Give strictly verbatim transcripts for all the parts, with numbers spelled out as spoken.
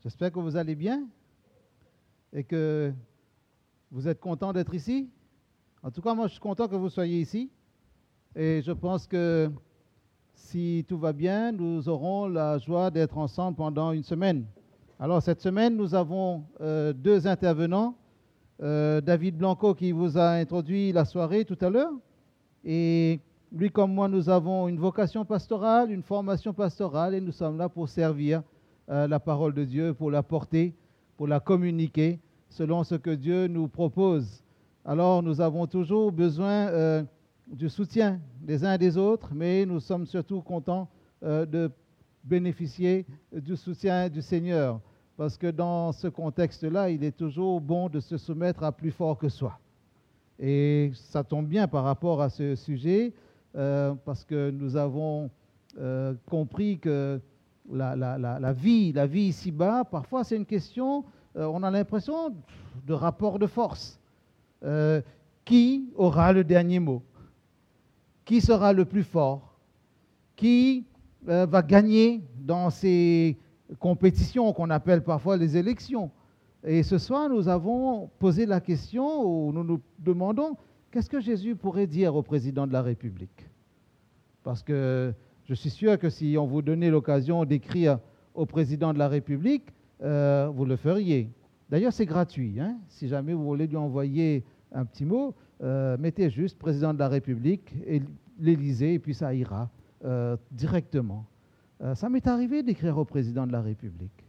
J'espère que vous allez bien et que vous êtes content d'être ici. En tout cas, moi, je suis content que vous soyez ici. Et je pense que si tout va bien, nous aurons la joie d'être ensemble pendant une semaine. Alors, cette semaine, nous avons euh, deux intervenants. Euh, David Blanco qui vous a introduit la soirée tout à l'heure. Et lui comme moi, nous avons une vocation pastorale, une formation pastorale et nous sommes là pour servir euh, la parole de Dieu, pour la porter, pour la communiquer selon ce que Dieu nous propose. Alors, nous avons toujours besoin euh, du soutien des uns et des autres, mais nous sommes surtout contents euh, de bénéficier du soutien du Seigneur. Parce que dans ce contexte-là, il est toujours bon de se soumettre à plus fort que soi. Et ça tombe bien par rapport à ce sujet, euh, parce que nous avons euh, compris que la, la, la, la vie, la vie ici-bas, parfois c'est une question, euh, on a l'impression de rapport de force. Euh, qui aura le dernier mot? Qui sera le plus fort? Qui euh, va gagner dans ces compétitions qu'on appelle parfois les élections? Et ce soir, nous avons posé la question où nous nous demandons qu'est-ce que Jésus pourrait dire au président de la République? Parce que je suis sûr que si on vous donnait l'occasion d'écrire au président de la République, euh, vous le feriez. D'ailleurs, c'est gratuit. Hein? Si jamais vous voulez lui envoyer un petit mot, euh, mettez juste président de la République et l'Élysée, et puis ça ira euh, directement. Euh, ça m'est arrivé d'écrire au président de la République.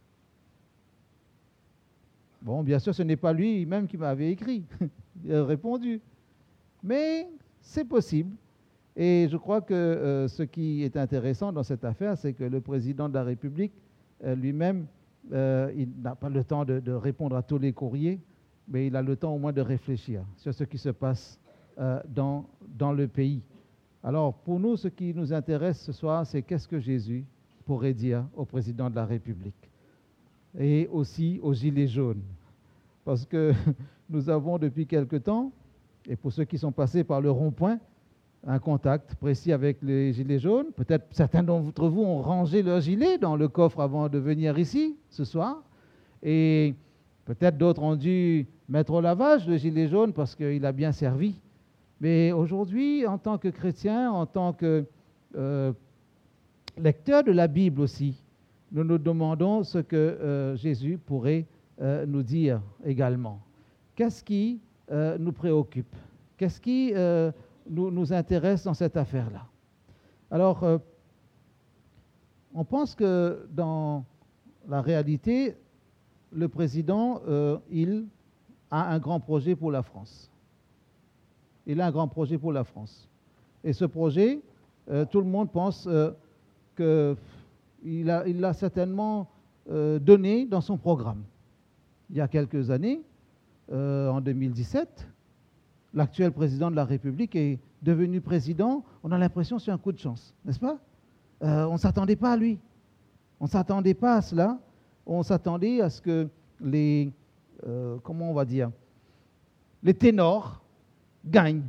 Bon, bien sûr, ce n'est pas lui-même qui m'avait écrit, il a répondu. Mais c'est possible. Et je crois que euh, ce qui est intéressant dans cette affaire, c'est que le président de la République euh, lui-même, euh, il n'a pas le temps de, de répondre à tous les courriers, mais il a le temps au moins de réfléchir sur ce qui se passe euh, dans, dans le pays. Alors, pour nous, ce qui nous intéresse ce soir, c'est qu'est-ce que Jésus pourrait dire au président de la République et aussi aux Gilets jaunes. Parce que nous avons depuis quelque temps, et pour ceux qui sont passés par le rond-point, un contact précis avec les Gilets jaunes. Peut-être certains d'entre vous ont rangé leur gilet dans le coffre avant de venir ici ce soir. Et peut-être d'autres ont dû mettre au lavage le gilet jaune parce qu'il a bien servi. Mais aujourd'hui, en tant que chrétien, en tant que euh, lecteur de la Bible aussi, nous nous demandons ce que euh, Jésus pourrait euh, nous dire également. Qu'est-ce qui euh, nous préoccupe? Qu'est-ce qui euh, nous, nous intéresse dans cette affaire-là? Alors, euh, on pense que dans la réalité, le président, euh, il a un grand projet pour la France. Il a un grand projet pour la France. Et ce projet, euh, tout le monde pense euh, que Il a, il l'a certainement euh, donné dans son programme. Il y a quelques années, euh, en deux mille dix-sept, l'actuel président de la République est devenu président, on a l'impression sur un coup de chance, n'est-ce pas? euh, On ne s'attendait pas à lui. On ne s'attendait pas à cela. On s'attendait à ce que les, euh, comment on va dire, les ténors gagnent.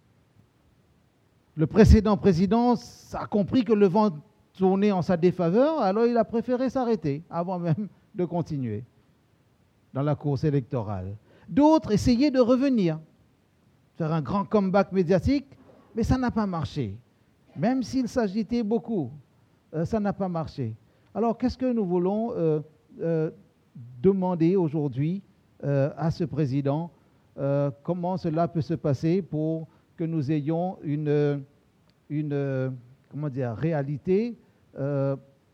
Le précédent président a compris que le vent tourner en sa défaveur, alors il a préféré s'arrêter avant même de continuer dans la course électorale. D'autres essayaient de revenir, faire un grand comeback médiatique, mais ça n'a pas marché. Même s'il s'agitait beaucoup, euh, ça n'a pas marché. Alors, qu'est-ce que nous voulons euh, euh, demander aujourd'hui euh, à ce président? euh, Comment cela peut se passer pour que nous ayons une, une comment dire, réalité Euh,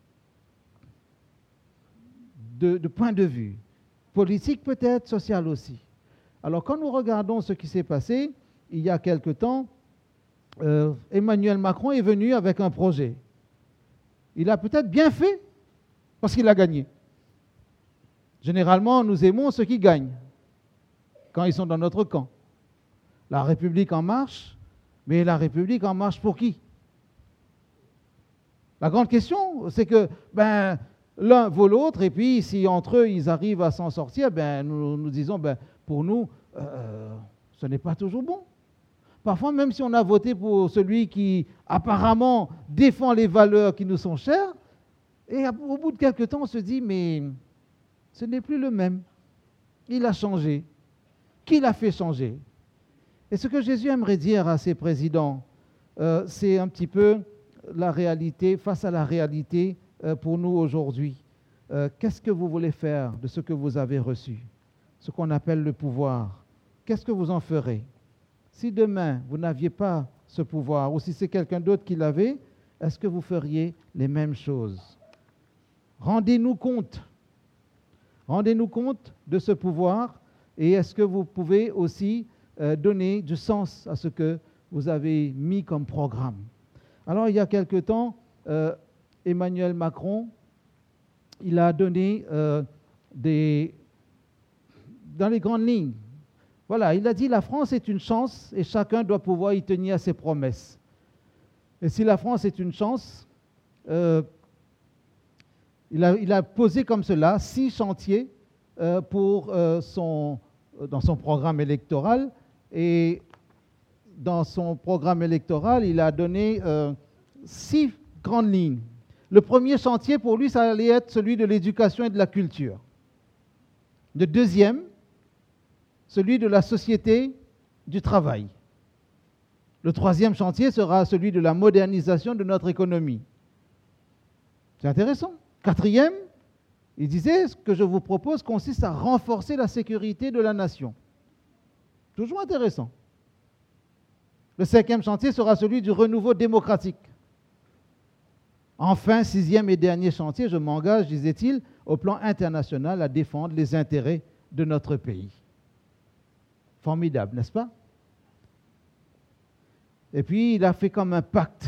de, de point de vue, politique peut-être, social aussi. Alors quand nous regardons ce qui s'est passé, il y a quelque temps, euh, Emmanuel Macron est venu avec un projet. Il a peut-être bien fait, parce qu'il a gagné. Généralement, nous aimons ceux qui gagnent, quand ils sont dans notre camp. La République en marche, mais la République en marche pour qui? La grande question, c'est que ben, l'un vaut l'autre, et puis si entre eux, ils arrivent à s'en sortir, ben, nous, nous disons, ben, pour nous, euh, ce n'est pas toujours bon. Parfois, même si on a voté pour celui qui apparemment défend les valeurs qui nous sont chères, et au bout de quelque temps, on se dit, mais Ce n'est plus le même. Il a changé. Qui l'a fait changer? Et ce que Jésus aimerait dire à ces présidents, euh, c'est un petit peu la réalité, face à la réalité euh, pour nous aujourd'hui. Euh, qu'est-ce que vous voulez faire de ce que vous avez reçu? Ce qu'on appelle le pouvoir. Qu'est-ce que vous en ferez? Si demain, vous n'aviez pas ce pouvoir, ou si c'est quelqu'un d'autre qui l'avait, est-ce que vous feriez les mêmes choses? Rendez-nous compte. Rendez-nous compte de ce pouvoir, et est-ce que vous pouvez aussi euh, donner du sens à ce que vous avez mis comme programme? Alors, il y a quelque temps, euh, Emmanuel Macron, il a donné euh, des, dans les grandes lignes, voilà, il a dit la France est une chance et chacun doit pouvoir y tenir ses promesses. Et si la France est une chance, euh, il, a, il a posé comme cela six chantiers euh, pour, euh, son, dans son programme électoral. Et dans son programme électoral, il a donné euh, six grandes lignes. Le premier chantier pour lui, ça allait être celui de l'éducation et de la culture. Le deuxième, celui de la société du travail. Le troisième chantier sera celui de la modernisation de notre économie. C'est intéressant. Quatrième, il disait, ce que je vous propose consiste à renforcer la sécurité de la nation. Toujours intéressant. Le cinquième chantier sera celui du renouveau démocratique. Enfin, sixième et dernier chantier, je m'engage, disait-il, au plan international à défendre les intérêts de notre pays. Formidable, n'est-ce pas? Et puis, il a fait comme un pacte.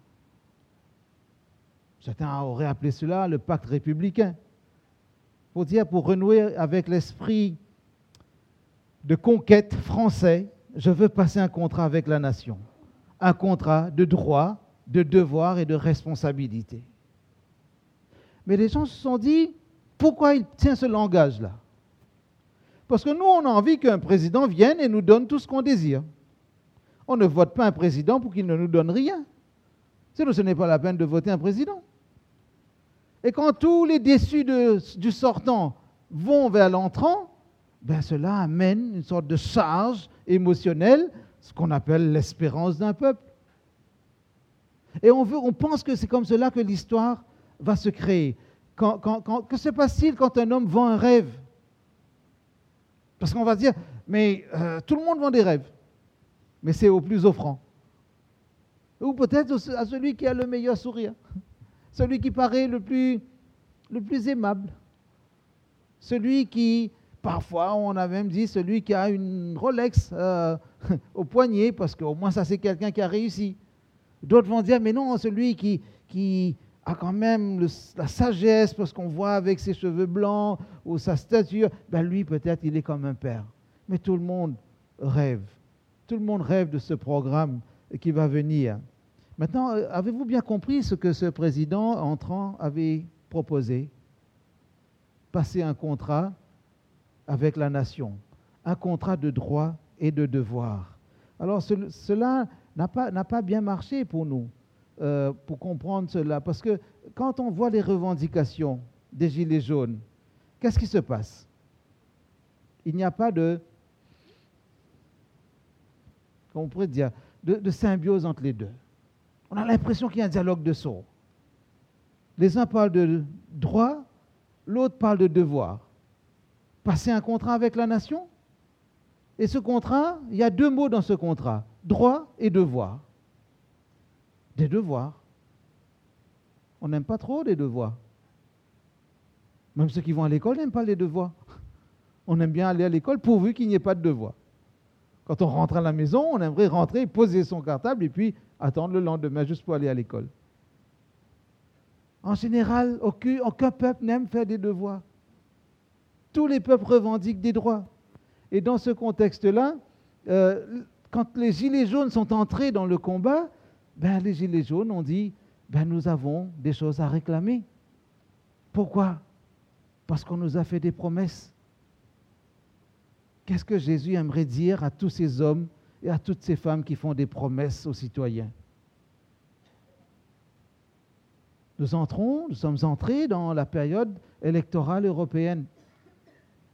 Certains auraient appelé cela le pacte républicain. Pour dire, pour renouer avec l'esprit de conquête français, je veux passer un contrat avec la nation. Un contrat de droit, de devoir et de responsabilité. Mais les gens se sont dit, pourquoi il tient ce langage-là? Parce que nous, on a envie qu'un président vienne et nous donne tout ce qu'on désire. On ne vote pas un président pour qu'il ne nous donne rien. Sinon, ce n'est pas la peine de voter un président. Et quand tous les déçus de, du sortant vont vers l'entrant, ben cela amène une sorte de charge émotionnelle, ce qu'on appelle l'espérance d'un peuple. Et on, veut, on pense que c'est comme cela que l'histoire va se créer. Quand, quand, quand, que se passe-t-il quand un homme vend un rêve? Parce qu'on va se dire, mais euh, tout le monde vend des rêves, mais c'est au plus offrant. Ou peut-être à celui qui a le meilleur sourire, celui qui paraît le plus, le plus aimable, celui qui, parfois on a même dit, celui qui a une Rolex euh, au poignet, parce qu'au moins ça c'est quelqu'un qui a réussi. D'autres vont dire, mais non, celui qui, qui a quand même le, la sagesse, parce qu'on voit avec ses cheveux blancs ou sa stature, ben lui peut-être il est comme un père. Mais tout le monde rêve. Tout le monde rêve de ce programme qui va venir. Maintenant, avez-vous bien compris ce que ce président entrant avait proposé? Passer un contrat avec la nation, un contrat de droits et de devoirs. Alors ce, cela n'a pas, n'a pas bien marché pour nous, euh, pour comprendre cela, parce que quand on voit les revendications des Gilets jaunes, qu'est-ce qui se passe? Il n'y a pas de, comment on pourrait dire, de, de symbiose entre les deux. On a l'impression qu'il y a un dialogue de sourds. Les uns parlent de droit, l'autre parle de devoir. Passer un contrat avec la nation. Et ce contrat, il y a deux mots dans ce contrat, droit et devoir. Des devoirs. On n'aime pas trop les devoirs. Même ceux qui vont à l'école n'aiment pas les devoirs. On aime bien aller à l'école pourvu qu'il n'y ait pas de devoirs. Quand on rentre à la maison, on aimerait rentrer, poser son cartable et puis attendre le lendemain juste pour aller à l'école. En général, aucun, aucun peuple n'aime faire des devoirs. Tous les peuples revendiquent des droits. Et dans ce contexte-là, euh, quand les Gilets jaunes sont entrés dans le combat, ben, les Gilets jaunes ont dit, ben, nous avons des choses à réclamer. Pourquoi? Parce qu'on nous a fait des promesses. Qu'est-ce que Jésus aimerait dire à tous ces hommes et à toutes ces femmes qui font des promesses aux citoyens? Nous entrons, nous sommes entrés dans la période électorale européenne.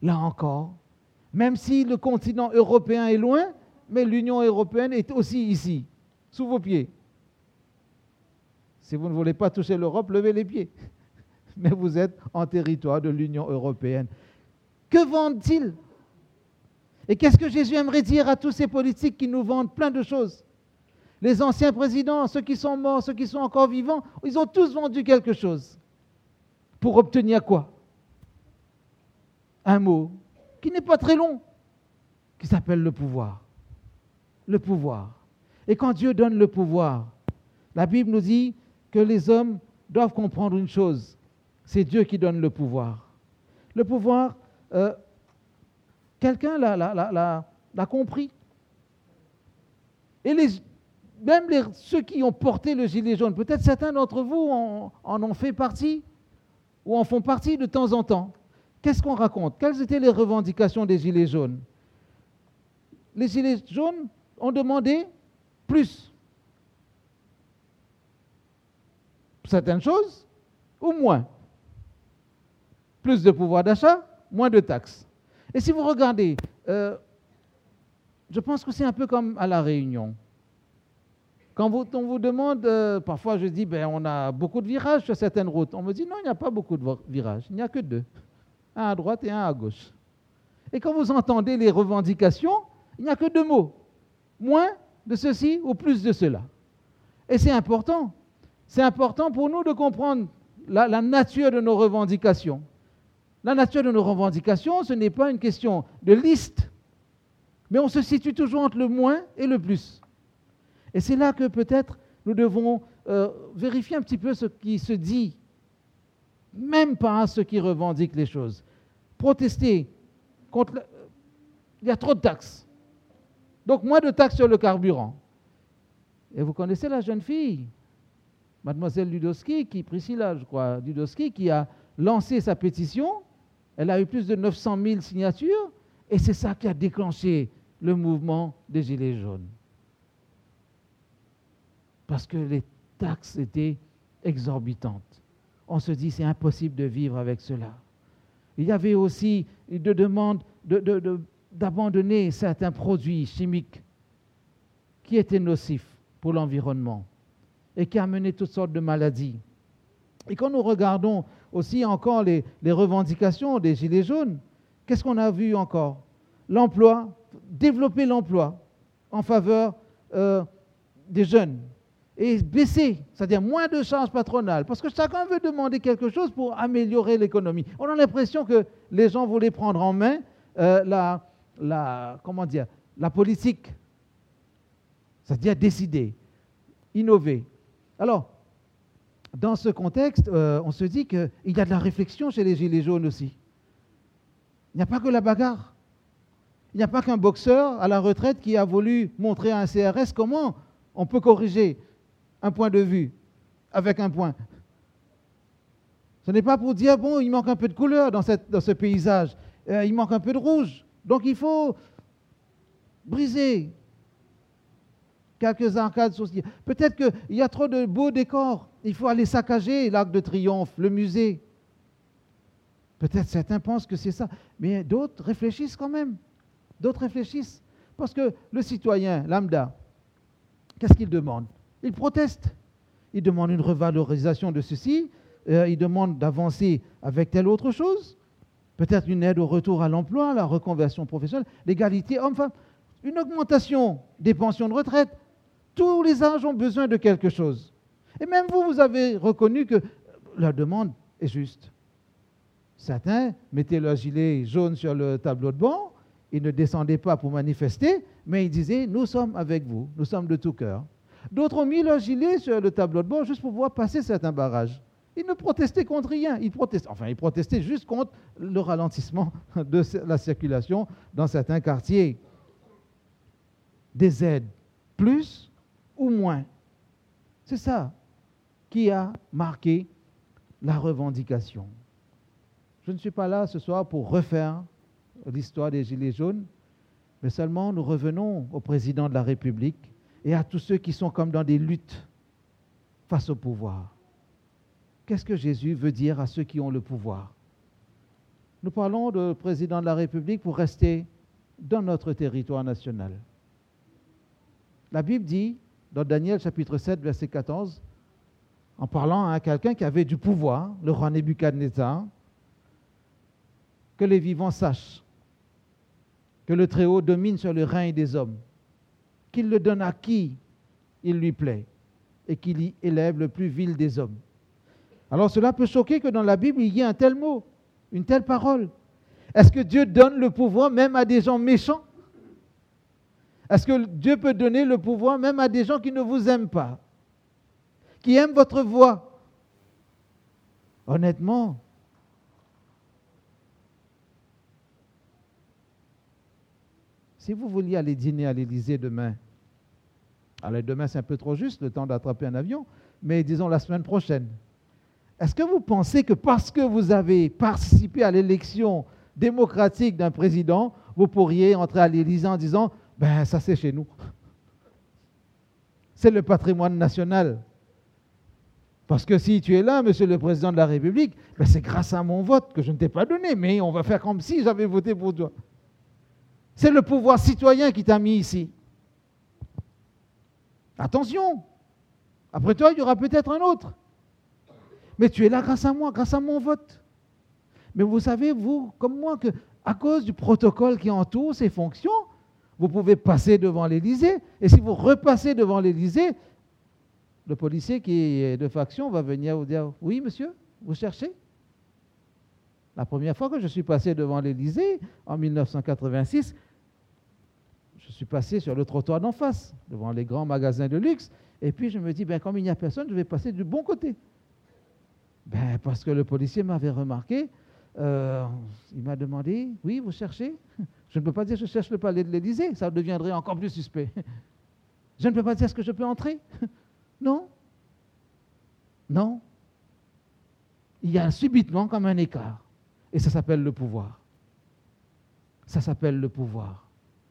là encore, même si le continent européen est loin, mais l'Union européenne est aussi ici, sous vos pieds. Si vous ne voulez pas toucher l'Europe, levez les pieds. Mais vous êtes en territoire de l'Union européenne. Que vendent-ils? Et qu'est-ce que Jésus aimerait dire à tous ces politiques qui nous vendent plein de choses? Les anciens présidents, ceux qui sont morts, ceux qui sont encore vivants, ils ont tous vendu quelque chose. Pour obtenir quoi? Un mot qui n'est pas très long, qui s'appelle le pouvoir. Le pouvoir. Et quand Dieu donne le pouvoir, la Bible nous dit que les hommes doivent comprendre une chose. C'est Dieu qui donne le pouvoir. Le pouvoir, euh, quelqu'un l'a, l'a, l'a, l'a, l'a compris. Et les, même les, ceux qui ont porté le gilet jaune, peut-être certains d'entre vous en, en ont fait partie ou en font partie de temps en temps. Qu'est-ce qu'on raconte? Quelles étaient les revendications des gilets jaunes? Les gilets jaunes ont demandé plus. Certaines choses ou moins. Plus de pouvoir d'achat, moins de taxes. Et si vous regardez, euh, je pense que c'est un peu comme à La Réunion. Quand vous, on vous demande, euh, parfois je dis, ben, on a beaucoup de virages sur certaines routes. On me dit, non, il n'y a pas beaucoup de virages, il n'y a que deux. Un à droite et un à gauche. Et quand vous entendez les revendications, il n'y a que deux mots. Moins de ceci ou plus de cela. Et c'est important. C'est important pour nous de comprendre la, la nature de nos revendications. La nature de nos revendications, ce n'est pas une question de liste, mais on se situe toujours entre le moins et le plus. Et c'est là que peut-être nous devons euh, vérifier un petit peu ce qui se dit, même pas ceux qui revendiquent les choses. Protester contre... Le... Il y a trop de taxes. Donc moins de taxes sur le carburant. Et vous connaissez la jeune fille, mademoiselle Ludowski, qui, Priscilla, je crois, Ludowski, qui a lancé sa pétition. Elle a eu plus de neuf cent mille signatures, et c'est ça qui a déclenché le mouvement des Gilets jaunes. Parce que les taxes étaient exorbitantes. On se dit, c'est impossible de vivre avec cela. Il y avait aussi des demandes de, de, de, d'abandonner certains produits chimiques qui étaient nocifs pour l'environnement et qui amenaient toutes sortes de maladies. Et quand nous regardons aussi encore les, les revendications des Gilets jaunes, qu'est-ce qu'on a vu encore? L'emploi, développer l'emploi en faveur euh, des jeunes et baisser, c'est-à-dire moins de charges patronales, parce que chacun veut demander quelque chose pour améliorer l'économie. On a l'impression que les gens voulaient prendre en main euh, la, la, comment dire, la politique, c'est-à-dire décider, innover. Alors, dans ce contexte, euh, on se dit qu'il y a de la réflexion chez les Gilets jaunes aussi. Il n'y a pas que la bagarre. Il n'y a pas qu'un boxeur à la retraite qui a voulu montrer à un C R S comment on peut corriger un point de vue avec un point. Ce n'est pas pour dire, bon, il manque un peu de couleur dans, cette, dans ce paysage, euh, il manque un peu de rouge, donc il faut briser quelques arcades sociales. Peut-être qu'il y a trop de beaux décors, il faut aller saccager l'Arc de Triomphe, le musée. Peut-être certains pensent que c'est ça, mais d'autres réfléchissent quand même. D'autres réfléchissent. Parce que le citoyen lambda, qu'est-ce qu'il demande? Il proteste. Il demande une revalorisation de ceci, euh, il demande d'avancer avec telle autre chose, peut-être une aide au retour à l'emploi, la reconversion professionnelle, l'égalité homme-femme, une augmentation des pensions de retraite. Tous les âges ont besoin de quelque chose. Et même vous, vous avez reconnu que la demande est juste. Certains mettaient leur gilet jaune sur le tableau de bord, ils ne descendaient pas pour manifester, mais ils disaient « nous sommes avec vous, nous sommes de tout cœur ». D'autres ont mis leur gilet sur le tableau de bord juste pour pouvoir passer certains barrages. Ils ne protestaient contre rien, ils protestaient, enfin ils protestaient juste contre le ralentissement de la circulation dans certains quartiers. Des aides, plus ou moins. C'est ça qui a marqué la revendication. Je ne suis pas là ce soir pour refaire l'histoire des Gilets jaunes, mais seulement nous revenons au président de la République et à tous ceux qui sont comme dans des luttes face au pouvoir. Qu'est-ce que Jésus veut dire à ceux qui ont le pouvoir? Nous parlons de président de la République pour rester dans notre territoire national. La Bible dit, dans Daniel chapitre sept, verset quatorze, en parlant à quelqu'un qui avait du pouvoir, le roi Nebuchadnezzar, que les vivants sachent que le Très-Haut domine sur le règne des hommes, qu'il le donne à qui il lui plaît et qu'il y élève le plus vil des hommes. Alors cela peut choquer que dans la Bible, il y ait un tel mot, une telle parole. Est-ce que Dieu donne le pouvoir même à des gens méchants? Est-ce que Dieu peut donner le pouvoir même à des gens qui ne vous aiment pas, qui aiment votre voix? Honnêtement, si vous vouliez aller dîner à l'Élysée demain, alors demain c'est un peu trop juste, le temps d'attraper un avion, mais disons la semaine prochaine, est-ce que vous pensez que parce que vous avez participé à l'élection démocratique d'un président, vous pourriez entrer à l'Élysée en disant « ben ça c'est chez nous, c'est le patrimoine national ». Parce que si tu es là, monsieur le président de la République, ben c'est grâce à mon vote que je ne t'ai pas donné, mais on va faire comme si j'avais voté pour toi. C'est le pouvoir citoyen qui t'a mis ici. Attention, après toi, il y aura peut-être un autre. Mais tu es là grâce à moi, grâce à mon vote. Mais vous savez, vous, comme moi, qu'à cause du protocole qui entoure ces fonctions, vous pouvez passer devant l'Élysée. Et si vous repassez devant l'Élysée, le policier qui est de faction va venir vous dire « Oui, monsieur, vous cherchez ?» La première fois que je suis passé devant l'Élysée, en mille neuf cent quatre-vingt-six, je suis passé sur le trottoir d'en face, devant les grands magasins de luxe, et puis je me dis, ben, comme il n'y a personne, je vais passer du bon côté. Ben, parce que le policier m'avait remarqué, euh, il m'a demandé, oui, vous cherchez? Je ne peux pas dire je cherche le palais de l'Élysée, ça deviendrait encore plus suspect. Je ne peux pas dire est-ce que je peux entrer? Non. Non. Il y a subitement comme un écart. Et ça s'appelle le pouvoir. Ça s'appelle le pouvoir.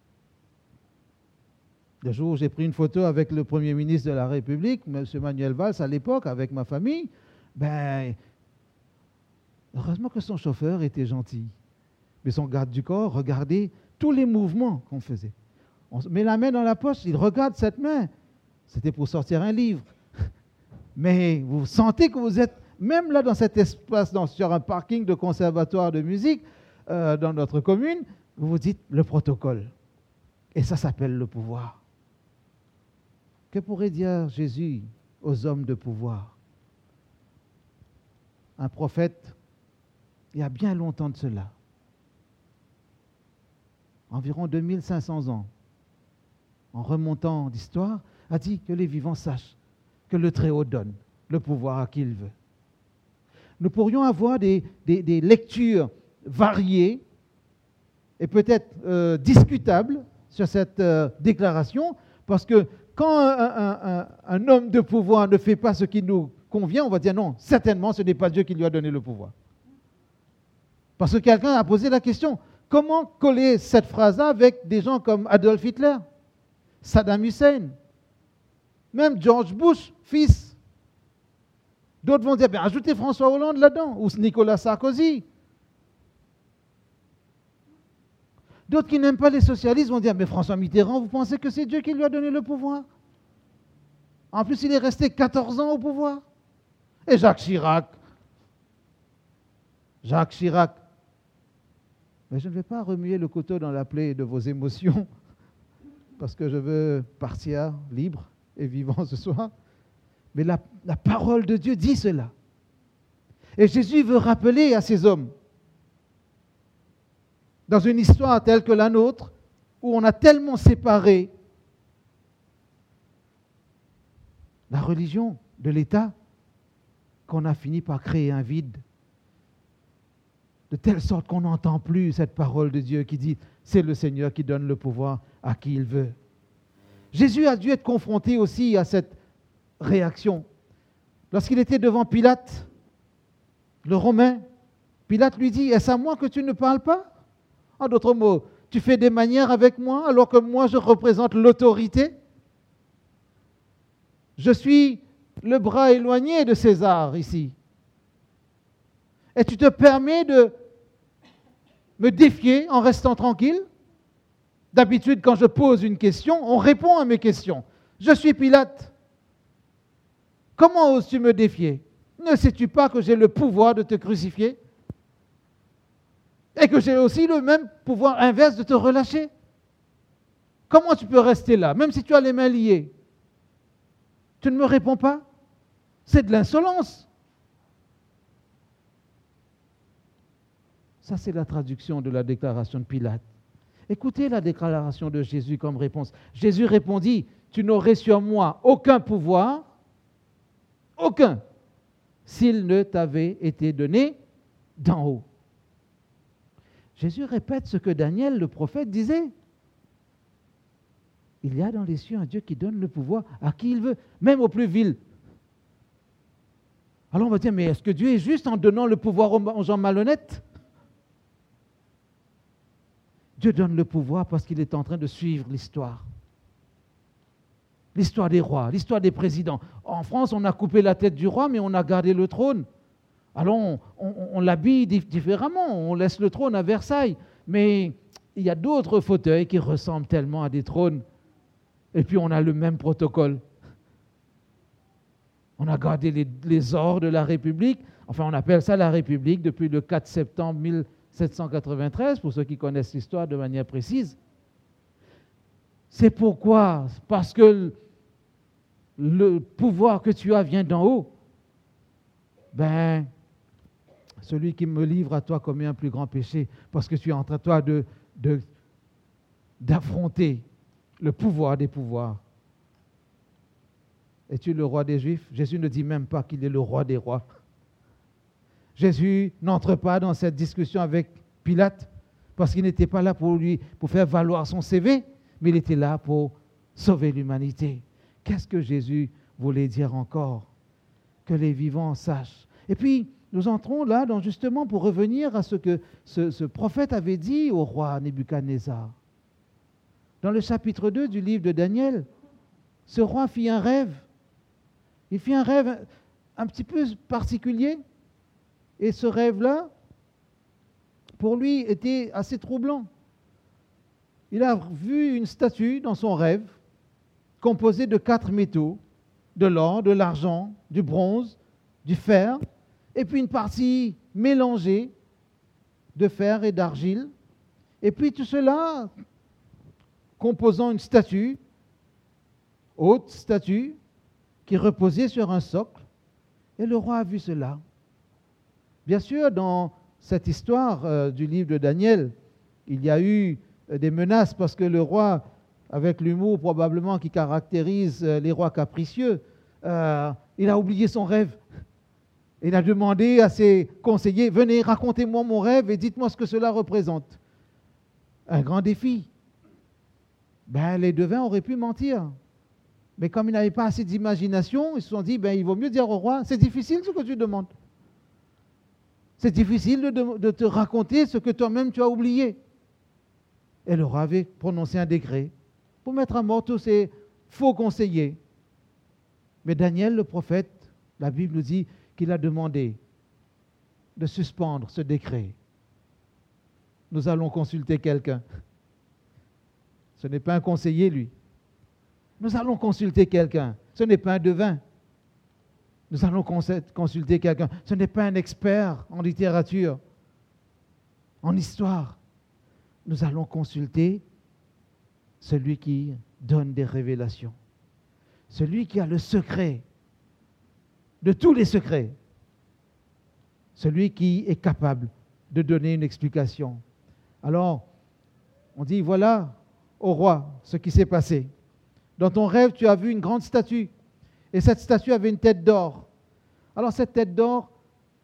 Le jour où j'ai pris une photo avec le Premier ministre de la République, M. Manuel Valls, à l'époque, avec ma famille, ben, heureusement que son chauffeur était gentil. Mais son garde du corps regardait tous les mouvements qu'on faisait. On met la main dans la poche, il regarde cette main. C'était pour sortir un livre. Mais vous sentez que vous êtes, même là dans cet espace, dans, sur un parking de conservatoire de musique, euh, dans notre commune, vous vous dites le protocole. Et ça s'appelle le pouvoir. Que pourrait dire Jésus aux hommes de pouvoir? Un prophète, il y a bien longtemps de cela, environ deux mille cinq cents ans, en remontant d'histoire, a dit que les vivants sachent que le Très-Haut donne le pouvoir à qui il veut. Nous pourrions avoir des, des, des lectures variées et peut-être euh, discutables sur cette euh, déclaration, parce que quand un, un, un, un homme de pouvoir ne fait pas ce qui nous convient, on va dire non, certainement ce n'est pas Dieu qui lui a donné le pouvoir. Parce que quelqu'un a posé la question, comment coller cette phrase-là avec des gens comme Adolf Hitler, Saddam Hussein, même George Bush, fils. D'autres vont dire, ben, ajoutez François Hollande là-dedans, ou Nicolas Sarkozy. D'autres qui n'aiment pas les socialistes vont dire, mais François Mitterrand, vous pensez que c'est Dieu qui lui a donné le pouvoir? En plus, il est resté quatorze ans au pouvoir. Et Jacques Chirac. Jacques Chirac. Mais je ne vais pas remuer le couteau dans la plaie de vos émotions, parce que je veux partir libre et vivant ce soir. Mais la, la parole de Dieu dit cela. Et Jésus veut rappeler à ces hommes, dans une histoire telle que la nôtre, où on a tellement séparé la religion de l'État, qu'on a fini par créer un vide, de telle sorte qu'on n'entend plus cette parole de Dieu qui dit « c'est le Seigneur qui donne le pouvoir à qui il veut ». Jésus a dû être confronté aussi à cette réaction. Lorsqu'il était devant Pilate, le Romain, Pilate lui dit « est-ce à moi que tu ne parles pas ?» En d'autres mots, tu fais des manières avec moi alors que moi je représente l'autorité. Je suis le bras éloigné de César ici. Et tu te permets de me défier en restant tranquille? D'habitude, quand je pose une question, on répond à mes questions. Je suis Pilate. Comment oses-tu me défier? Ne sais-tu pas que j'ai le pouvoir de te crucifier? Et que j'ai aussi le même pouvoir inverse de te relâcher? Comment tu peux rester là, même si tu as les mains liées? Tu ne me réponds pas? C'est de l'insolence. Ça, c'est la traduction de la déclaration de Pilate. Écoutez la déclaration de Jésus comme réponse. Jésus répondit, « Tu n'aurais sur moi aucun pouvoir, aucun, s'il ne t'avait été donné d'en haut. » Jésus répète ce que Daniel, le prophète, disait. Il y a dans les cieux un Dieu qui donne le pouvoir à qui il veut, même aux plus vils. Alors on va dire, mais est-ce que Dieu est juste en donnant le pouvoir aux gens malhonnêtes? Dieu donne le pouvoir parce qu'il est en train de suivre l'histoire. L'histoire des rois, l'histoire des présidents. En France, on a coupé la tête du roi, mais on a gardé le trône. Alors on, on, on l'habille différemment, on laisse le trône à Versailles. Mais il y a d'autres fauteuils qui ressemblent tellement à des trônes. Et puis on a le même protocole. On a gardé les, les ors de la République. Enfin, on appelle ça la République depuis le quatre septembre mille sept cent quatre-vingt-treize, pour ceux qui connaissent l'histoire de manière précise. C'est pourquoi, parce que le pouvoir que tu as vient d'en haut, ben, celui qui me livre à toi commet un plus grand péché, parce que tu es en train, toi, de, de, d'affronter le pouvoir des pouvoirs. Es-tu le roi des Juifs? Jésus ne dit même pas qu'il est le roi des rois. Jésus n'entre pas dans cette discussion avec Pilate parce qu'il n'était pas là pour lui, pour faire valoir son C V, mais il était là pour sauver l'humanité. Qu'est-ce que Jésus voulait dire encore? Que les vivants sachent. Et puis, nous entrons là, dans, justement, pour revenir à ce que ce, ce prophète avait dit au roi Nebuchadnezzar. Dans le chapitre deux du livre de Daniel, ce roi fit un rêve. Il fit un rêve un, un petit peu particulier. Et ce rêve-là, pour lui, était assez troublant. Il a vu une statue dans son rêve, composée de quatre métaux, de l'or, de l'argent, du bronze, du fer, et puis une partie mélangée de fer et d'argile. Et puis tout cela composant une statue, haute statue, qui reposait sur un socle. Et le roi a vu cela. Bien sûr, dans cette histoire euh, du livre de Daniel, il y a eu euh, des menaces parce que le roi, avec l'humour probablement qui caractérise euh, les rois capricieux, euh, il a oublié son rêve. Il a demandé à ses conseillers, « Venez, racontez-moi mon rêve et dites-moi ce que cela représente. » Un grand défi. Ben, les devins auraient pu mentir. Mais comme ils n'avaient pas assez d'imagination, ils se sont dit, ben, il vaut mieux dire au roi, « C'est difficile ce que tu demandes. C'est difficile de, de te raconter ce que toi-même tu as oublié. » Et le roi avait prononcé un décret pour mettre à mort tous ces faux conseillers. Mais Daniel, le prophète, la Bible nous dit qu'il a demandé de suspendre ce décret. Nous allons consulter quelqu'un. Ce n'est pas un conseiller, lui. Nous allons consulter quelqu'un. Ce n'est pas un devin. Nous allons consulter quelqu'un. Ce n'est pas un expert en littérature, en histoire. Nous allons consulter celui qui donne des révélations. Celui qui a le secret de tous les secrets. Celui qui est capable de donner une explication. Alors, on dit, voilà, au roi, ce qui s'est passé. Dans ton rêve, tu as vu une grande statue. Et cette statue avait une tête d'or. Alors cette tête d'or,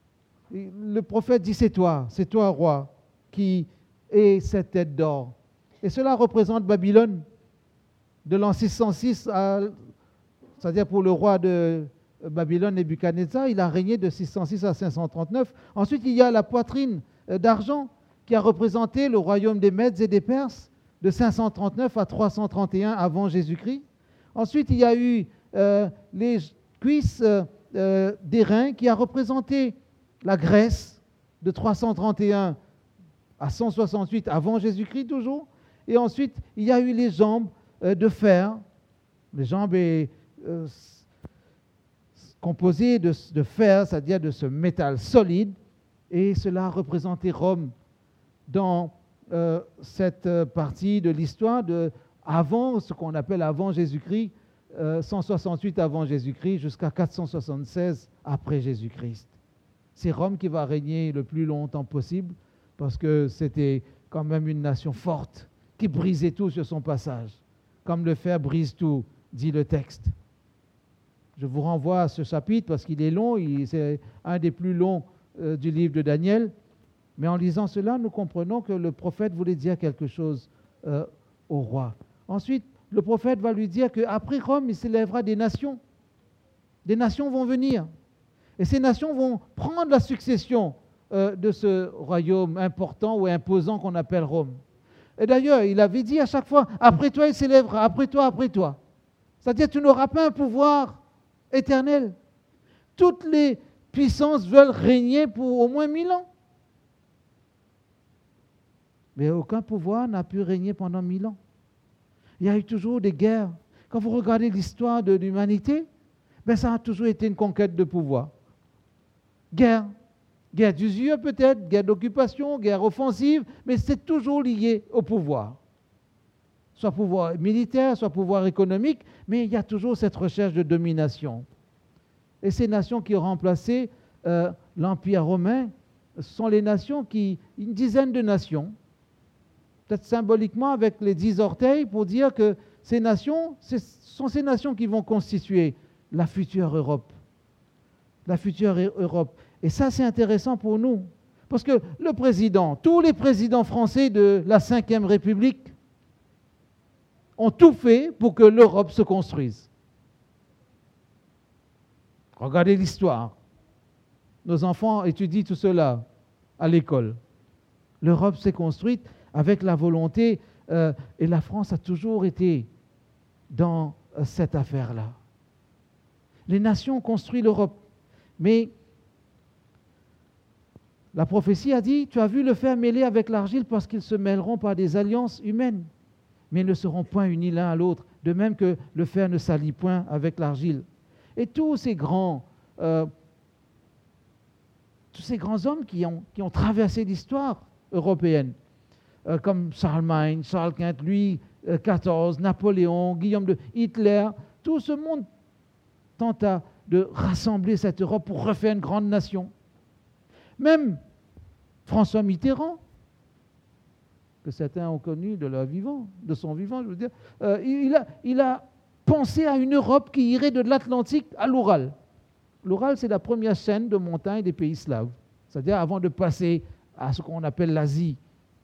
le prophète dit, c'est toi, c'est toi, roi, qui est cette tête d'or. Et cela représente Babylone, de l'an six cent six, à, c'est-à-dire pour le roi de Babylone, Nebuchadnezzar, il a régné de six cent six à cinq cent trente-neuf. Ensuite, il y a la poitrine d'argent qui a représenté le royaume des Mèdes et des Perses, de cinq cent trente-neuf à trois cent trente et un avant Jésus-Christ. Ensuite, il y a eu euh, les cuisses euh, euh, des reins qui a représenté la Grèce de trois cent trente et un à cent soixante-huit avant Jésus-Christ toujours. Et ensuite, il y a eu les jambes euh, de fer. Les jambes est euh, composées de, de fer, c'est-à-dire de ce métal solide. Et cela a représenté Rome dans euh, cette partie de l'histoire de avant, ce qu'on appelle avant Jésus-Christ, euh, cent soixante-huit avant Jésus-Christ jusqu'à quatre cent soixante-seize après Jésus-Christ. C'est Rome qui va régner le plus longtemps possible parce que c'était quand même une nation forte qui brisait tout sur son passage. Comme le fer brise tout, dit le texte. Je vous renvoie à ce chapitre parce qu'il est long, il, c'est un des plus longs euh, du livre de Daniel. Mais en lisant cela, nous comprenons que le prophète voulait dire quelque chose euh, au roi. Ensuite, le prophète va lui dire qu'après Rome, il s'élèvera des nations. Des nations vont venir. Et ces nations vont prendre la succession euh, de ce royaume important ou imposant qu'on appelle Rome. Et d'ailleurs, il avait dit à chaque fois, après toi, il s'élèvera, après toi, après toi. C'est-à-dire, tu n'auras pas un pouvoir éternel. Toutes les puissances veulent régner pour au moins mille ans. Mais aucun pouvoir n'a pu régner pendant mille ans. Il y a eu toujours des guerres. Quand vous regardez l'histoire de l'humanité, ben ça a toujours été une conquête de pouvoir. Guerre. Guerre d'usure peut-être, guerre d'occupation, guerre offensive, mais c'est toujours lié au pouvoir. Soit pouvoir militaire, soit pouvoir économique, mais il y a toujours cette recherche de domination. Et ces nations qui ont remplacé euh, l'Empire romain sont les nations qui, une dizaine de nations, peut-être symboliquement avec les dix orteils, pour dire que ces nations, ce sont ces nations qui vont constituer la future Europe. La future Europe. Et ça, c'est intéressant pour nous. Parce que le président, tous les présidents français de la cinquième République ont tout fait pour que l'Europe se construise. Regardez l'histoire. Nos enfants étudient tout cela à l'école. L'Europe s'est construite avec la volonté, euh, et la France a toujours été dans euh, cette affaire-là. Les nations ont construit l'Europe, mais la prophétie a dit, tu as vu le fer mêlé avec l'argile parce qu'ils se mêleront par des alliances humaines, mais ne seront point unis l'un à l'autre, de même que le fer ne s'allie point avec l'argile. Et tous ces grands, euh, tous ces grands hommes qui ont, qui ont traversé l'histoire européenne, euh, comme Charlemagne, Charles Quint, Louis quatorze, Napoléon, Guillaume de Hitler, tout ce monde tenta de rassembler cette Europe pour refaire une grande nation. Même François Mitterrand, que certains ont connu de leur vivant, de son vivant, je veux dire, euh, il, a, il a pensé à une Europe qui irait de l'Atlantique à l'Oural. L'Oural, c'est la première chaîne de montagnes des pays slaves, c'est-à-dire avant de passer à ce qu'on appelle l'Asie.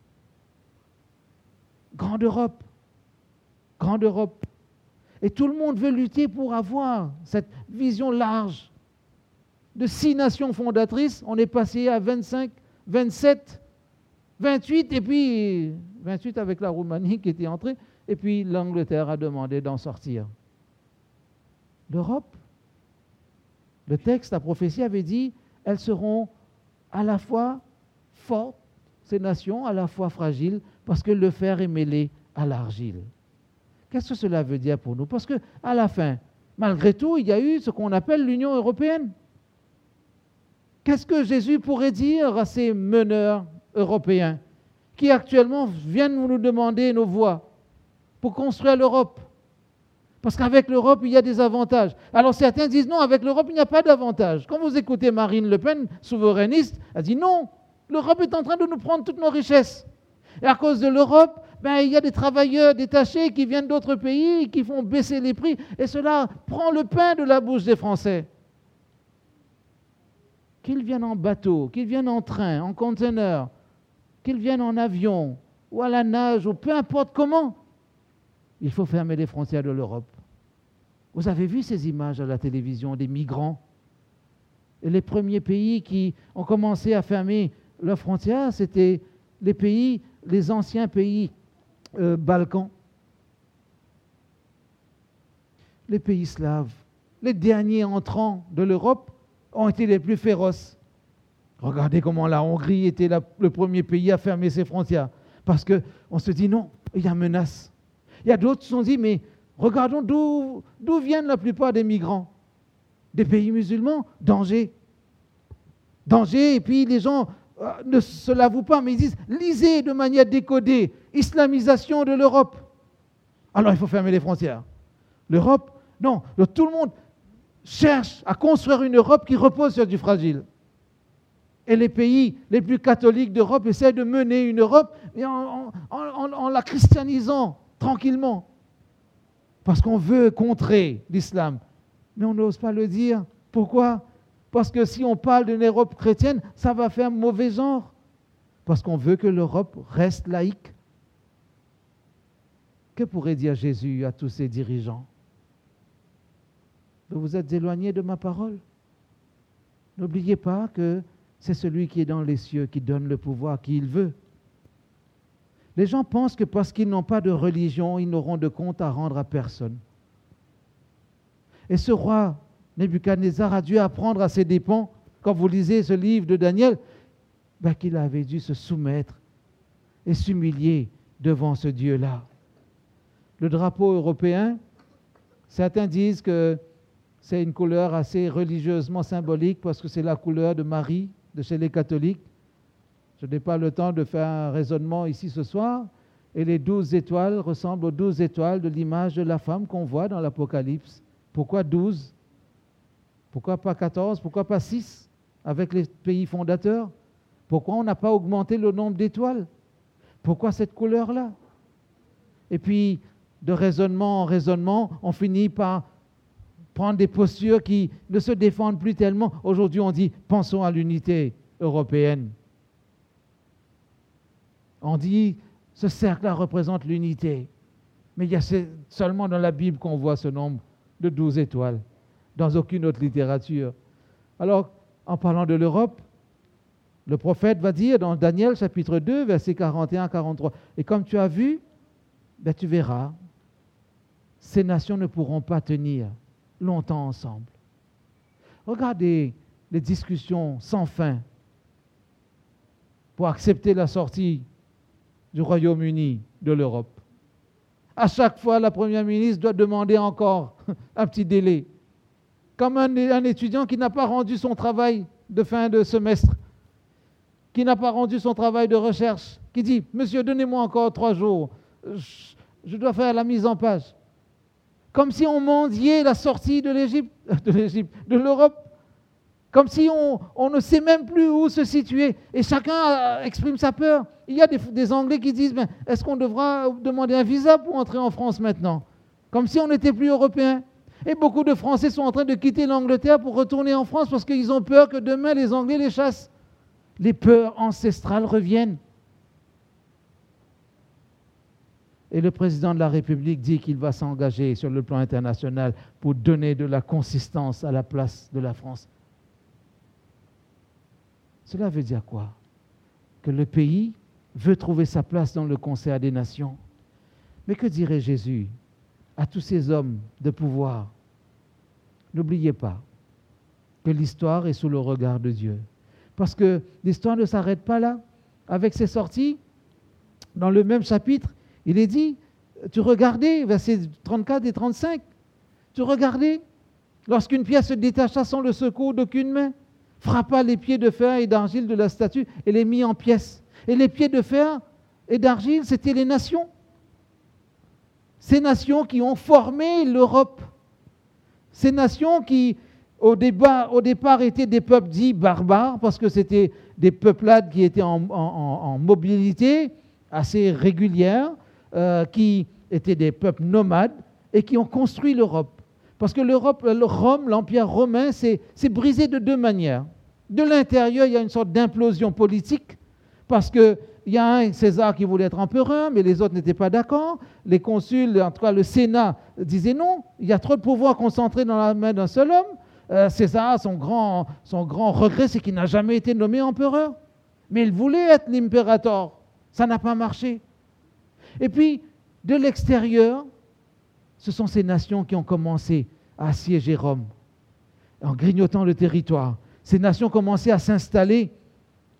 Grande Europe, grande Europe. Et tout le monde veut lutter pour avoir cette vision large. De six nations fondatrices, on est passé à vingt-cinq, vingt-sept, vingt-huit, et puis vingt-huit avec la Roumanie qui était entrée, et puis l'Angleterre a demandé d'en sortir. L'Europe, le texte, la prophétie avait dit, elles seront à la fois fortes, ces nations, à la fois fragiles, parce que le fer est mêlé à l'argile. Qu'est-ce que cela veut dire pour nous? Parce qu'à la fin, malgré tout, il y a eu ce qu'on appelle l'Union européenne. Qu'est-ce que Jésus pourrait dire à ces meneurs européens qui actuellement viennent nous demander nos voix pour construire l'Europe? Parce qu'avec l'Europe, il y a des avantages. Alors certains disent non, avec l'Europe, il n'y a pas d'avantages. Quand vous écoutez Marine Le Pen, souverainiste, elle dit non, l'Europe est en train de nous prendre toutes nos richesses. Et à cause de l'Europe, ben, il y a des travailleurs détachés qui viennent d'autres pays, qui font baisser les prix, et cela prend le pain de la bouche des Français. Qu'ils viennent en bateau, qu'ils viennent en train, en conteneur, qu'ils viennent en avion, ou à la nage, ou peu importe comment, il faut fermer les frontières de l'Europe. Vous avez vu ces images à la télévision des migrants? Et les premiers pays qui ont commencé à fermer leurs frontières, c'était les pays, les anciens pays euh, Balkans, les pays slaves. Les derniers entrants de l'Europe ont été les plus féroces. Regardez comment la Hongrie était la, le premier pays à fermer ses frontières. Parce qu'on se dit non, il y a menace. Il y a d'autres qui se sont dit, mais regardons d'où, d'où viennent la plupart des migrants. Des pays musulmans, danger. Danger, et puis les gens euh, ne se l'avouent pas, mais ils disent, lisez de manière décodée, islamisation de l'Europe. Alors il faut fermer les frontières. L'Europe, non, donc, tout le monde cherche à construire une Europe qui repose sur du fragile. Et les pays les plus catholiques d'Europe essaient de mener une Europe mais en, en, en, en la christianisant tranquillement. Parce qu'on veut contrer l'islam. Mais on n'ose pas le dire. Pourquoi ? Parce que si on parle d'une Europe chrétienne, ça va faire mauvais genre. Parce qu'on veut que l'Europe reste laïque. Que pourrait dire Jésus à tous ses dirigeants ? Vous vous êtes éloignés de ma parole. N'oubliez pas que c'est celui qui est dans les cieux qui donne le pouvoir à qui il veut. Les gens pensent que parce qu'ils n'ont pas de religion, ils n'auront de compte à rendre à personne. Et ce roi, Nebuchadnezzar, a dû apprendre à ses dépens, quand vous lisez ce livre de Daniel, ben qu'il avait dû se soumettre et s'humilier devant ce Dieu-là. Le drapeau européen, certains disent que c'est une couleur assez religieusement symbolique parce que c'est la couleur de Marie, de chez les catholiques. Je n'ai pas le temps de faire un raisonnement ici ce soir. Et les douze étoiles ressemblent aux douze étoiles de l'image de la femme qu'on voit dans l'Apocalypse. Pourquoi douze ? Pourquoi pas quatorze ? Pourquoi pas six avec les pays fondateurs ? Pourquoi on n'a pas augmenté le nombre d'étoiles ? Pourquoi cette couleur-là ? Et puis, de raisonnement en raisonnement, on finit par prendre des postures qui ne se défendent plus tellement. Aujourd'hui, on dit, pensons à l'unité européenne. On dit, ce cercle-là représente l'unité. Mais il y a seulement dans la Bible qu'on voit ce nombre de douze étoiles, dans aucune autre littérature. Alors, en parlant de l'Europe, le prophète va dire dans Daniel chapitre deux, versets quarante et un à quarante-trois, « Et comme tu as vu, ben tu verras, ces nations ne pourront pas tenir longtemps ensemble. » Regardez les discussions sans fin pour accepter la sortie du Royaume-Uni de l'Europe. À chaque fois, la première ministre doit demander encore un petit délai. Comme un, un étudiant qui n'a pas rendu son travail de fin de semestre, qui n'a pas rendu son travail de recherche, qui dit « Monsieur, donnez-moi encore trois jours, je, je dois faire la mise en page. » Comme si on mendiait la sortie de l'Égypte, de l'Égypte, de l'Europe. Comme si on, on ne sait même plus où se situer. Et chacun exprime sa peur. Il y a des, des Anglais qui disent ben, « Est-ce qu'on devra demander un visa pour entrer en France maintenant ?» Comme si on n'était plus européens. Et beaucoup de Français sont en train de quitter l'Angleterre pour retourner en France parce qu'ils ont peur que demain les Anglais les chassent. Les peurs ancestrales reviennent. Et le président de la République dit qu'il va s'engager sur le plan international pour donner de la consistance à la place de la France. Cela veut dire quoi ? Que le pays veut trouver sa place dans le concert des nations. Mais que dirait Jésus à tous ces hommes de pouvoir ? N'oubliez pas que l'histoire est sous le regard de Dieu. Parce que l'histoire ne s'arrête pas là. Avec ses sorties, dans le même chapitre, il est dit, tu regardais, versets trente-quatre et trente-cinq, tu regardais, lorsqu'une pierre se détacha sans le secours d'aucune main, frappa les pieds de fer et d'argile de la statue et les mit en pièces. Et les pieds de fer et d'argile, c'était les nations. Ces nations qui ont formé l'Europe. Ces nations qui, au, débat, au départ, étaient des peuples dits barbares, parce que c'était des peuplades qui étaient en, en, en mobilité assez régulière, euh, qui étaient des peuples nomades et qui ont construit l'Europe. Parce que l'Europe, Rome, l'Empire romain, c'est, c'est brisé de deux manières. De l'intérieur, il y a une sorte d'implosion politique, parce qu'il y a un César qui voulait être empereur, mais les autres n'étaient pas d'accord. Les consuls, en tout cas le Sénat, disaient non, il y a trop de pouvoir concentré dans la main d'un seul homme. Euh, César, son grand, son grand regret, c'est qu'il n'a jamais été nommé empereur. Mais il voulait être l'impérator. Ça n'a pas marché. Et puis, de l'extérieur, ce sont ces nations qui ont commencé à assiéger Rome, en grignotant le territoire. Ces nations ont commencé à s'installer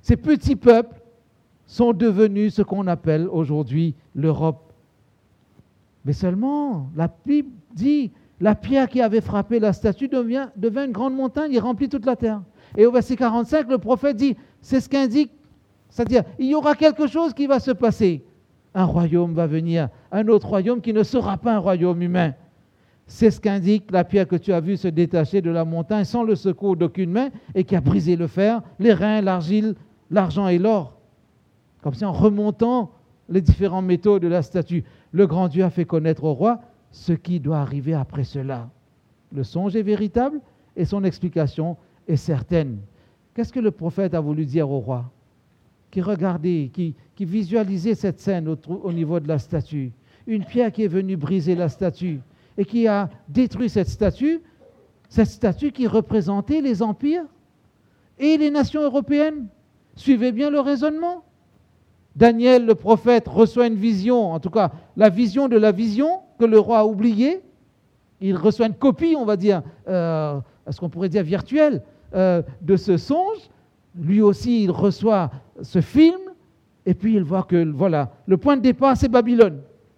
Ces petits peuples sont devenus ce qu'on appelle aujourd'hui l'Europe. Mais seulement, la Bible dit, la pierre qui avait frappé la statue devient, devint une grande montagne et remplit toute la terre. Et au verset quarante-cinq, le prophète dit, c'est ce qu'indique, c'est-à-dire, il y aura quelque chose qui va se passer. Un royaume va venir, un autre royaume qui ne sera pas un royaume humain. C'est ce qu'indique la pierre que tu as vue se détacher de la montagne sans le secours d'aucune main et qui a brisé le fer, les reins, l'argile, l'argent et l'or. Comme ça, en remontant les différents métaux de la statue, le grand Dieu a fait connaître au roi ce qui doit arriver après cela. Le songe est véritable et son explication est certaine. Qu'est-ce que le prophète a voulu dire au roi qui regardait, qui, qui visualisait cette scène au, au niveau de la statue? Une pierre qui est venue briser la statue et qui a détruit cette statue, cette statue qui représentait les empires et les nations européennes. Suivez bien le raisonnement. Daniel, le prophète, reçoit une vision, en tout cas la vision de la vision que le roi a oubliée. Il reçoit une copie, on va dire, euh, ce qu'on pourrait dire virtuelle, euh, de ce songe. Lui aussi, il reçoit ce film, et puis il voit que, voilà, le point de départ, c'est Babylone.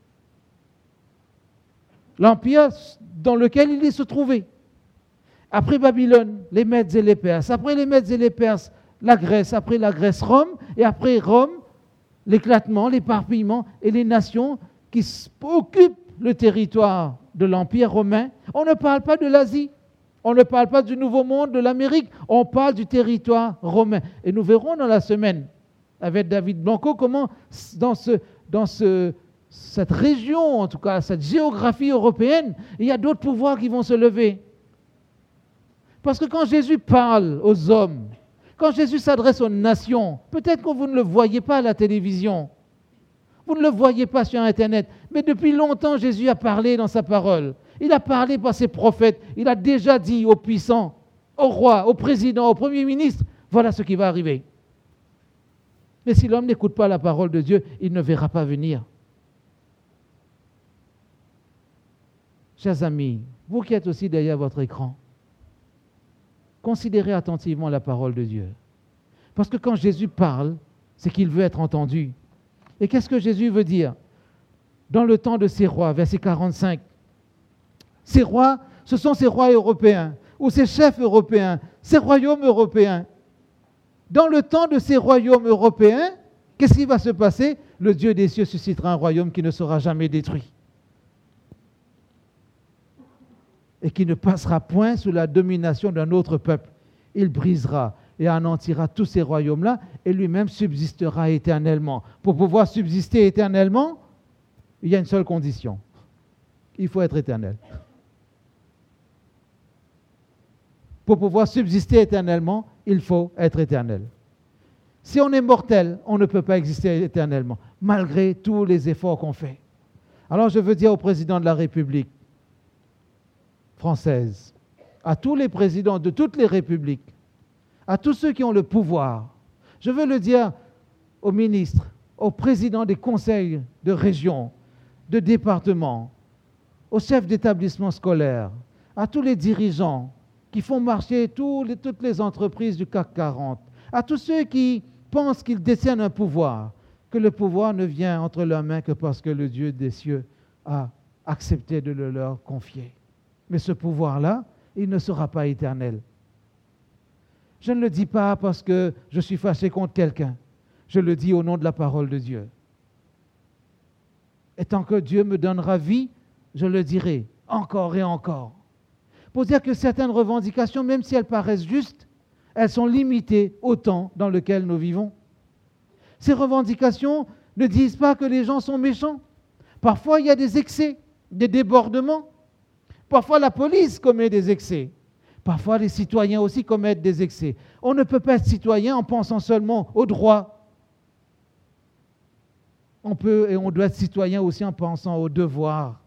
L'empire dans lequel il se trouvait. Après Babylone, les Mèdes et les Perses. Après les Mèdes et les Perses, la Grèce. Après la Grèce, Rome. Et après Rome, l'éclatement, l'éparpillement et les nations qui occupent le territoire de l'Empire romain. On ne parle pas de l'Asie, on ne parle pas du Nouveau Monde, de l'Amérique, on parle du territoire romain. Et nous verrons dans la semaine, avec David Blanco, comment dans, ce, dans ce, cette région, en tout cas cette géographie européenne, il y a d'autres pouvoirs qui vont se lever. Parce que quand Jésus parle aux hommes, quand Jésus s'adresse aux nations, peut-être que vous ne le voyez pas à la télévision, vous ne le voyez pas sur Internet, mais depuis longtemps, Jésus a parlé dans sa parole. Il a parlé par ses prophètes. Il a déjà dit aux puissants, aux rois, aux présidents, aux premiers ministres, voilà ce qui va arriver. Mais si l'homme n'écoute pas la parole de Dieu, il ne verra pas venir. Chers amis, vous qui êtes aussi derrière votre écran, considérez attentivement la parole de Dieu. Parce que quand Jésus parle, c'est qu'il veut être entendu. Et qu'est-ce que Jésus veut dire? Dans le temps de ces rois, verset quarante-cinq, ces rois, ce sont ces rois européens, ou ces chefs européens, ces royaumes européens. Dans le temps de ces royaumes européens, qu'est-ce qui va se passer? Le Dieu des cieux suscitera un royaume qui ne sera jamais détruit. Et qui ne passera point sous la domination d'un autre peuple. Il brisera et anéantira tous ces royaumes-là, et lui-même subsistera éternellement. Pour pouvoir subsister éternellement, il y a une seule condition. Il faut être éternel. Pour pouvoir subsister éternellement, il faut être éternel. Si on est mortel, on ne peut pas exister éternellement, malgré tous les efforts qu'on fait. Alors je veux dire au président de la République française, à tous les présidents de toutes les républiques, à tous ceux qui ont le pouvoir, je veux le dire aux ministres, aux présidents des conseils de région, de département, aux chefs d'établissement scolaire, à tous les dirigeants qui font marcher tous les, toutes les entreprises du C A C quarante, à tous ceux qui pensent qu'ils détiennent un pouvoir, que le pouvoir ne vient entre leurs mains que parce que le Dieu des cieux a accepté de le leur confier. Mais ce pouvoir-là, il ne sera pas éternel. Je ne le dis pas parce que je suis fâché contre quelqu'un. Je le dis au nom de la parole de Dieu. Et tant que Dieu me donnera vie, je le dirai encore et encore. Pour dire que certaines revendications, même si elles paraissent justes, elles sont limitées au temps dans lequel nous vivons. Ces revendications ne disent pas que les gens sont méchants. Parfois, il y a des excès, des débordements. Parfois, la police commet des excès. Parfois, les citoyens aussi commettent des excès. On ne peut pas être citoyen en pensant seulement aux droits. On peut et on doit être citoyen aussi en pensant aux devoirs.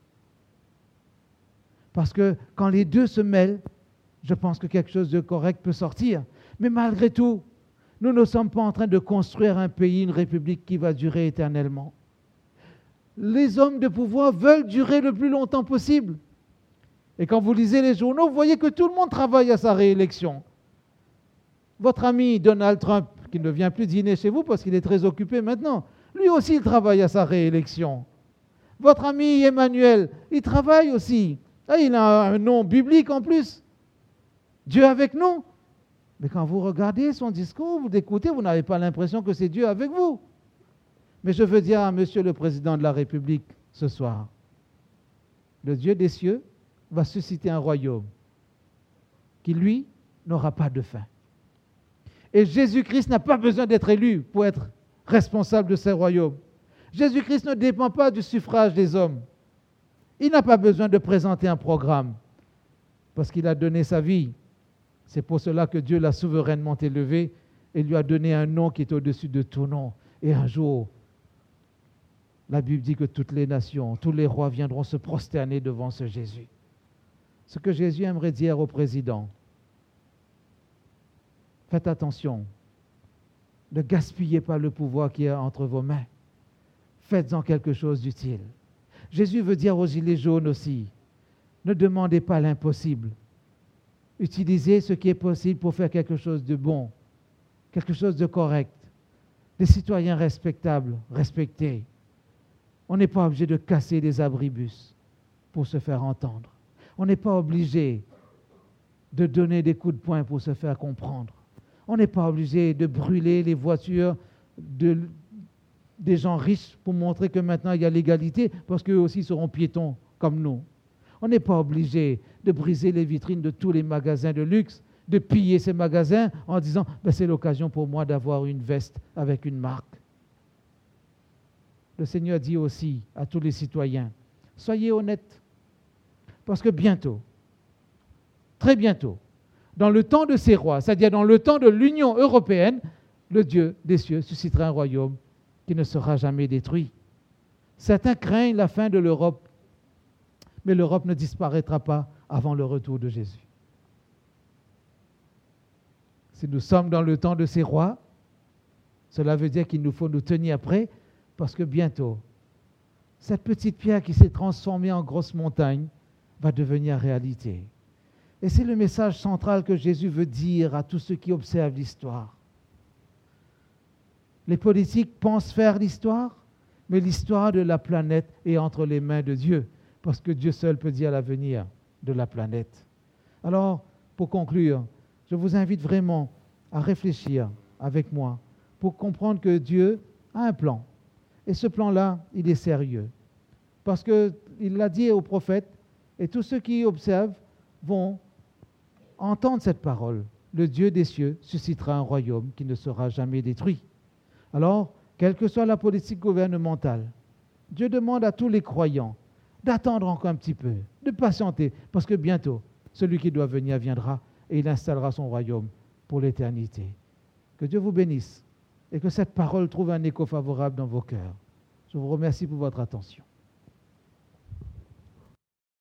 Parce que quand les deux se mêlent, je pense que quelque chose de correct peut sortir. Mais malgré tout, nous ne sommes pas en train de construire un pays, une république qui va durer éternellement. Les hommes de pouvoir veulent durer le plus longtemps possible. Et quand vous lisez les journaux, vous voyez que tout le monde travaille à sa réélection. Votre ami Donald Trump, qui ne vient plus dîner chez vous parce qu'il est très occupé maintenant. Lui aussi, il travaille à sa réélection. Votre ami Emmanuel, il travaille aussi. Ah, il a un nom biblique en plus. Dieu avec nous. Mais quand vous regardez son discours, vous l'écoutez, vous n'avez pas l'impression que c'est Dieu avec vous. Mais je veux dire à Monsieur le Président de la République ce soir, le Dieu des cieux va susciter un royaume qui, lui, n'aura pas de fin. Et Jésus-Christ n'a pas besoin d'être élu pour être responsable de ce royaume. Jésus-Christ ne dépend pas du suffrage des hommes. Il n'a pas besoin de présenter un programme parce qu'il a donné sa vie. C'est pour cela que Dieu l'a souverainement élevé et lui a donné un nom qui est au-dessus de tout nom. Et un jour, la Bible dit que toutes les nations, tous les rois viendront se prosterner devant ce Jésus. Ce que Jésus aimerait dire au président, faites attention, ne gaspillez pas le pouvoir qui est entre vos mains. Faites-en quelque chose d'utile. Jésus veut dire aux gilets jaunes aussi, ne demandez pas l'impossible. Utilisez ce qui est possible pour faire quelque chose de bon, quelque chose de correct. Des citoyens respectables, respectés. On n'est pas obligé de casser des abribus pour se faire entendre. On n'est pas obligé de donner des coups de poing pour se faire comprendre. On n'est pas obligé de brûler les voitures de, des gens riches pour montrer que maintenant il y a l'égalité, parce qu'eux aussi seront piétons comme nous. On n'est pas obligé de briser les vitrines de tous les magasins de luxe, de piller ces magasins en disant ben, c'est l'occasion pour moi d'avoir une veste avec une marque. Le Seigneur dit aussi à tous les citoyens, soyez honnêtes, parce que bientôt, très bientôt, dans le temps de ces rois, c'est-à-dire dans le temps de l'Union européenne, le Dieu des cieux suscitera un royaume qui ne sera jamais détruit. Certains craignent la fin de l'Europe, mais l'Europe ne disparaîtra pas avant le retour de Jésus. Si nous sommes dans le temps de ces rois, cela veut dire qu'il nous faut nous tenir prêts, parce que bientôt, cette petite pierre qui s'est transformée en grosse montagne va devenir réalité. Et c'est le message central que Jésus veut dire à tous ceux qui observent l'histoire. Les politiques pensent faire l'histoire, mais l'histoire de la planète est entre les mains de Dieu, parce que Dieu seul peut dire l'avenir de la planète. Alors, pour conclure, je vous invite vraiment à réfléchir avec moi pour comprendre que Dieu a un plan. Et ce plan-là, il est sérieux. Parce qu'il l'a dit aux prophètes, et tous ceux qui observent vont entendre cette parole. Le Dieu des cieux suscitera un royaume qui ne sera jamais détruit. Alors, quelle que soit la politique gouvernementale, Dieu demande à tous les croyants d'attendre encore un petit peu, de patienter, parce que bientôt, celui qui doit venir viendra et il installera son royaume pour l'éternité. Que Dieu vous bénisse et que cette parole trouve un écho favorable dans vos cœurs. Je vous remercie pour votre attention.